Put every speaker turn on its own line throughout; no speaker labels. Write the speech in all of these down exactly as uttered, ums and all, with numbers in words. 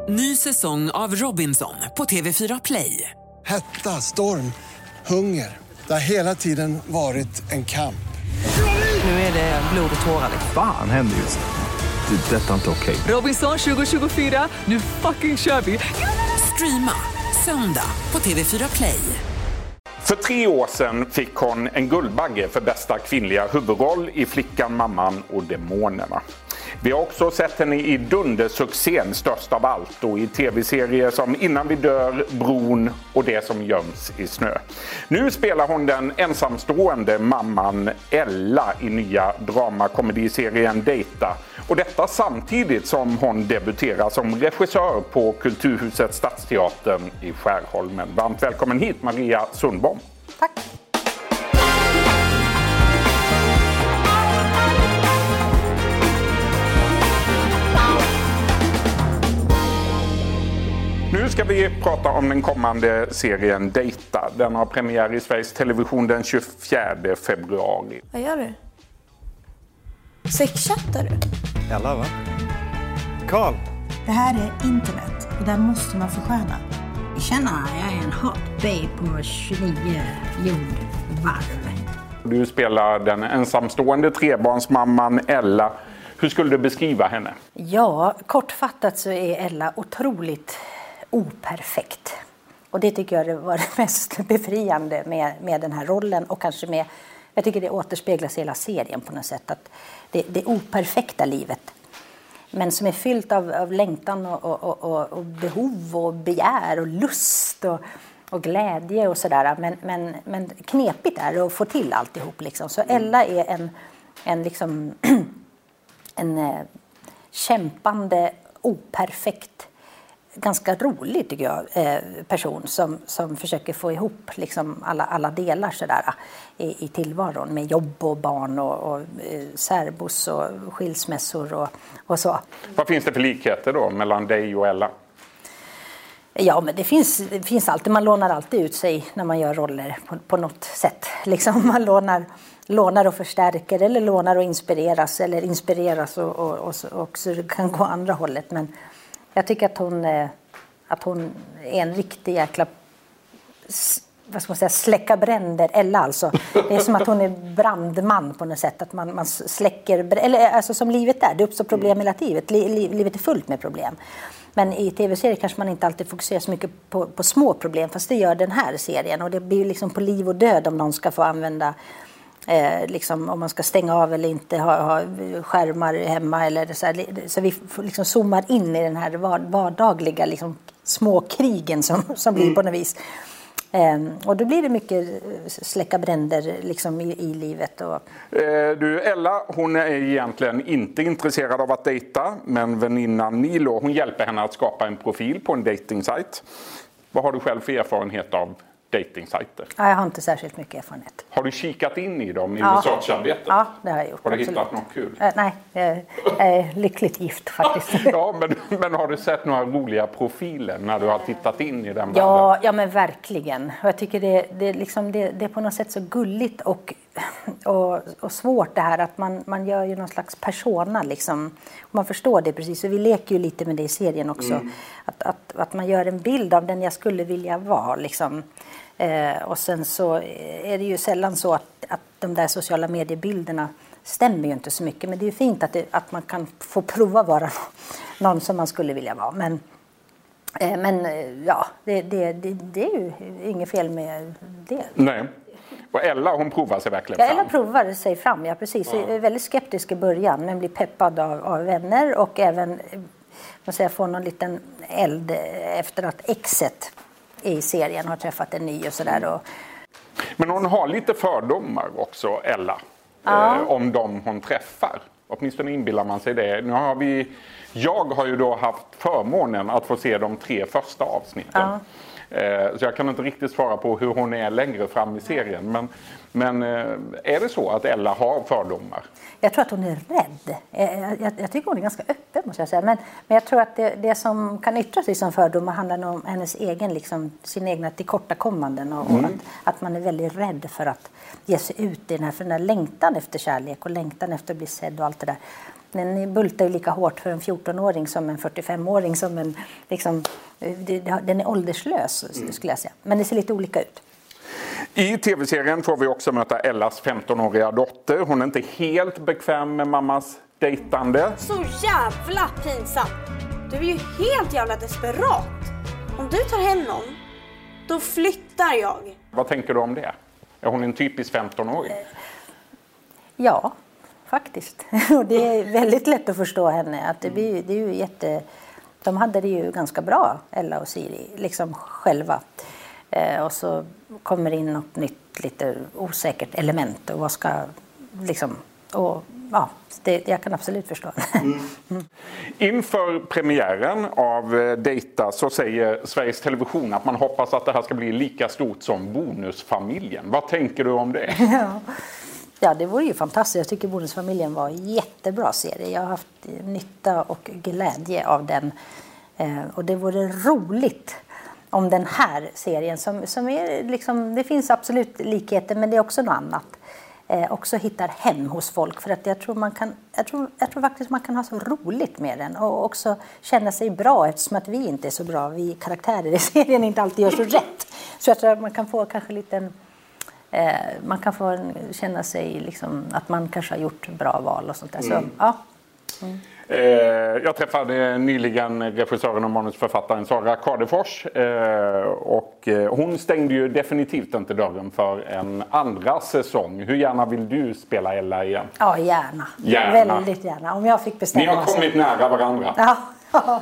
Ny säsong av Robinson på T V fyra Play.
Hetta, storm, hunger. Det har hela tiden varit en kamp.
Nu är det blod och tårar.
Fan händer just nu. Det. Detta är inte okej.
Robinson tjugo tjugofyra, nu fucking kör vi. Streama söndag på T V fyra Play.
För tre år sedan fick hon en Guldbagge för bästa kvinnliga huvudroll i Flickan, mamman och demonerna. Vi har också sett henne i dundersuccén Störst av allt och i tv-serier som Innan vi dör, Bron och Det som göms i snö. Nu spelar hon den ensamstående mamman Ella i nya dramakomediserien Data. Och detta samtidigt som hon debuterar som regissör på Kulturhuset Stadsteatern i Skärholmen. Varmt välkommen hit Maria Sundbom.
Tack.
Nu ska vi prata om den kommande serien Data. Den har premiär i Sveriges Television den tjugofjärde februari.
Vad gör du? Sexchattar du?
Alla va? Karl!
Det här är internet och där måste man försköna.
Tjena, jag är en hot babe på tjugonio jordvarv.
Du spelar den ensamstående trebarnsmamman Ella. Hur skulle du beskriva henne?
Ja, kortfattat så är Ella otroligt operfekt. Och det tycker jag var det mest befriande med, med den här rollen. Och kanske med, jag tycker det återspeglas i hela serien på något sätt. Att det, det operfekta livet. Men som är fyllt av, av längtan och, och, och, och behov och begär och lust och, och glädje och sådär. Men, men, men knepigt är det att få till alltihop liksom. Så Ella är en, en liksom... en eh, kämpande, operfekt, ganska rolig tycker jag, eh, person som, som försöker få ihop liksom alla, alla delar sådär, i, i tillvaron med jobb och barn och, och eh, särbos och skilsmässor och, och så.
Vad finns det för likheter då mellan dig och Ella?
Ja, men det finns, det finns alltid, man lånar alltid ut sig när man gör roller på, på något sätt. Liksom man lånar... lånar och förstärker eller lånar och inspireras eller inspireras och, och, och, och så kan gå andra hållet. Men jag tycker att hon, att hon är en riktig jäkla, vad ska man säga, släcka bränder. Eller alltså, det är som att hon är brandman på något sätt. Att man, man släcker, eller alltså som livet är, det uppstår problem hela livet. Livet är fullt med problem. Men i tv-serier kanske man inte alltid fokuserar så mycket på, på små problem. Fast det gör den här serien. Och det blir liksom på liv och död om någon ska få använda... Eh, liksom, om man ska stänga av eller inte ha, ha skärmar hemma eller så, här, så vi liksom zoomar in i den här vardagliga liksom, småkrigen som, som blir på något vis. Eh, och då blir det mycket släcka bränder liksom, i, i livet. Och...
Eh, du, Ella, hon är egentligen inte intresserad av att dejta, men väninnan Nilo, hon hjälper henne att skapa en profil på en dejtingsajt. Vad har du själv för erfarenhet av dejtingsajter?
Ja, jag har inte särskilt mycket erfarenhet.
Har du kikat in i dem i
ja.
researcharbetet?
Ja, det har jag gjort.
Har du
absolut.
hittat något kul?
Äh, nej, jag är lyckligt gift faktiskt.
Ja, men, men har du sett några roliga profiler när du har tittat in i den
ja,
världen?
Ja, men verkligen. Och jag tycker det, det, liksom, det, det är på något sätt så gulligt och, och, och svårt det här att man, man gör ju någon slags persona liksom. Man förstår det precis, och vi leker ju lite med det i serien också. Mm. Att, att, att man gör en bild av den jag skulle vilja vara liksom. Eh, och sen så är det ju sällan så att, att de där sociala mediebilderna stämmer ju inte så mycket. Men det är ju fint att, det, att man kan få prova vara någon som man skulle vilja vara. Men, eh, men ja, det, det, det, det är ju inget fel med det.
Nej. Och Ella, hon provar sig verkligen
ja,
fram.
Ella provar sig fram, ja precis. Ja. Jag är väldigt skeptisk i början men blir peppad av, av vänner och även man säger, får någon liten eld efter att exet i serien har träffat en ny och sådär. Och...
Men hon har lite fördomar också, Ella,
ja.
eh, om de hon träffar. Åtminstone inbillar man sig det. Nu har vi, jag har ju då haft förmånen att få se de tre första avsnitten.
Ja.
Eh, så jag kan inte riktigt svara på hur hon är längre fram i serien. Men, men eh, är det så att Ella har fördomar?
Jag tror att hon är rädd. Jag, jag, jag tycker hon är ganska öppen måste jag säga. Men, men jag tror att det, det som kan yttra sig som fördomar handlar om hennes egen, liksom, sin egna tillkortakommanden. Och, mm. och att, att man är väldigt rädd för att ge sig ut i den här, för den här längtan efter kärlek och längtan efter att bli sedd och allt det där. den bultar ju lika hårt för en fjortonåring som en fyrtiofemåring. Som en, liksom, den är ålderslös skulle jag säga. Men det ser lite olika ut.
I tv-serien får vi också möta Ellas femtonåriga dotter. Hon är inte helt bekväm med mammas dejtande.
Så jävla pinsamt. Du är ju helt jävla desperat. Om du tar hem någon, då flyttar jag.
Vad tänker du om det? Är hon en typisk femtonåring?
Ja, faktiskt. Och det är väldigt lätt att förstå henne. Att det, blir, det är ju jätte... De hade det ju ganska bra, Ella och Siri, liksom själva. Eh, och så kommer in något nytt, lite osäkert element. Och vad ska... Liksom, och, ja, det, jag kan absolut förstå.
Mm. Mm. Inför premiären av Dejta så säger Sveriges Television att man hoppas att det här ska bli lika stort som Bonusfamiljen. Vad tänker du om det?
Ja. Ja, det vore ju fantastiskt. Jag tycker Bonusfamiljen var en jättebra serie. Jag har haft nytta och glädje av den. Eh, och det vore roligt om den här serien, som, som är liksom, det finns absolut likheter, men det är också något annat. Eh, också hittar hem hos folk. För att jag tror, man kan, jag, tror, jag tror faktiskt man kan ha så roligt med den. Och också känna sig bra, eftersom att vi inte är så bra. Vi karaktärer i serien inte alltid gör så rätt. Så jag tror att man kan få kanske lite... Eh, man kan få känna sig liksom, att man kanske har gjort bra val och sånt där. Mm. Så, ja. Mm.
Eh, jag träffade nyligen regissören och manusförfattaren Sara Kadefors eh, och eh, hon stängde ju definitivt inte dörren för en andra säsong. Hur gärna vill du spela Ella igen?
Ja, gärna.
gärna.
Väldigt gärna. Om jag fick bestämma.
Ni har kommit så. nära varandra.
Ja. ja.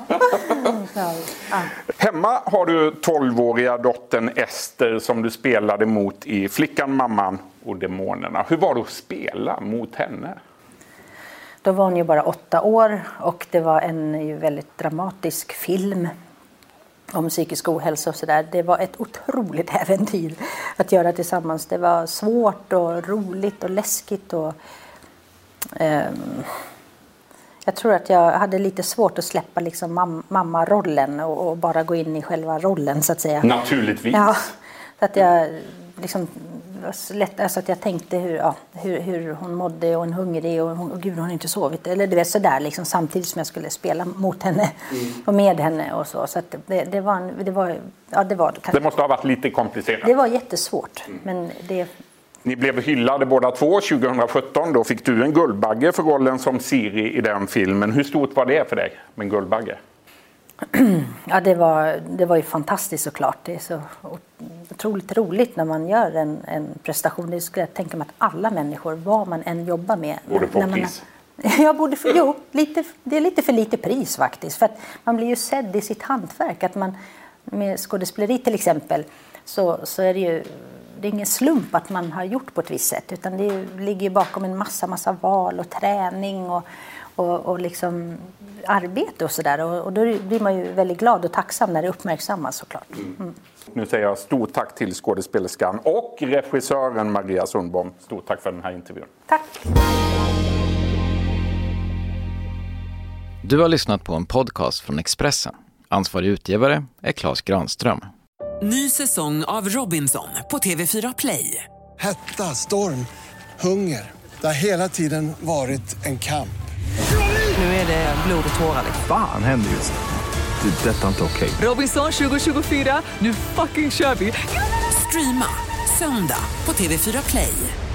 ja. Hemma har du tolvåriga dottern Ester som du spelade mot i Flickan, mamman och demonerna. Hur var det att spela mot henne?
Då var hon ju bara åtta år och det var en ju väldigt dramatisk film om psykisk ohälsa och sådär. Det var ett otroligt äventyr att göra tillsammans. Det var svårt och roligt och läskigt. Och, um, jag tror att jag hade lite svårt att släppa liksom mam- mammarollen och, och bara gå in i själva rollen så att säga.
Naturligtvis.
Ja, så att jag liksom... Lätt, alltså att jag tänkte hur, ja, hur, hur hon mådde och hon hungrig och, hon, och gud hon har inte sovit eller det var sådär liksom, samtidigt som jag skulle spela mot henne mm. och med henne och så så att det, det var en, det var ja det var
det måste ha varit lite komplicerat.
Det var jättesvårt mm. men det.
Ni blev hyllade båda två tjugohundrasjutton, då fick du en Guldbagge för rollen som Siri i den filmen. Hur stort var det för dig med en Guldbagge?
Ja, det var, det var ju fantastiskt såklart. Det är så otroligt roligt när man gör en, en prestation. Det skulle jag tänka mig att alla människor, vad man än jobbar med.
Borde få pris.
Jag borde få, jo, lite, det är lite för lite pris faktiskt. För att man blir ju sedd i sitt hantverk. Att man, med skådespeleri till exempel, så, så är det ju det är ingen slump att man har gjort på ett visst sätt. Utan det ligger ju bakom en massa, massa val och träning och, och, och liksom... arbete och sådär och, och då blir man ju väldigt glad och tacksam när det uppmärksammas såklart. Mm.
Nu säger jag stort tack till skådespelerskan och regissören Maria Sundbom. Stort tack för den här intervjun.
Tack!
Du har lyssnat på en podcast från Expressen. Ansvarig utgivare är Claes Granström.
Ny säsong av Robinson på T V fyra Play.
Hetta, storm, hunger. Det har hela tiden varit en kamp.
Nu är det blod och tårar.
Fan händer just det. Det är detta inte okej.
Okay. Robinson tjugo tjugofyra, nu fucking kör vi. Streama söndag på T V fyra Play.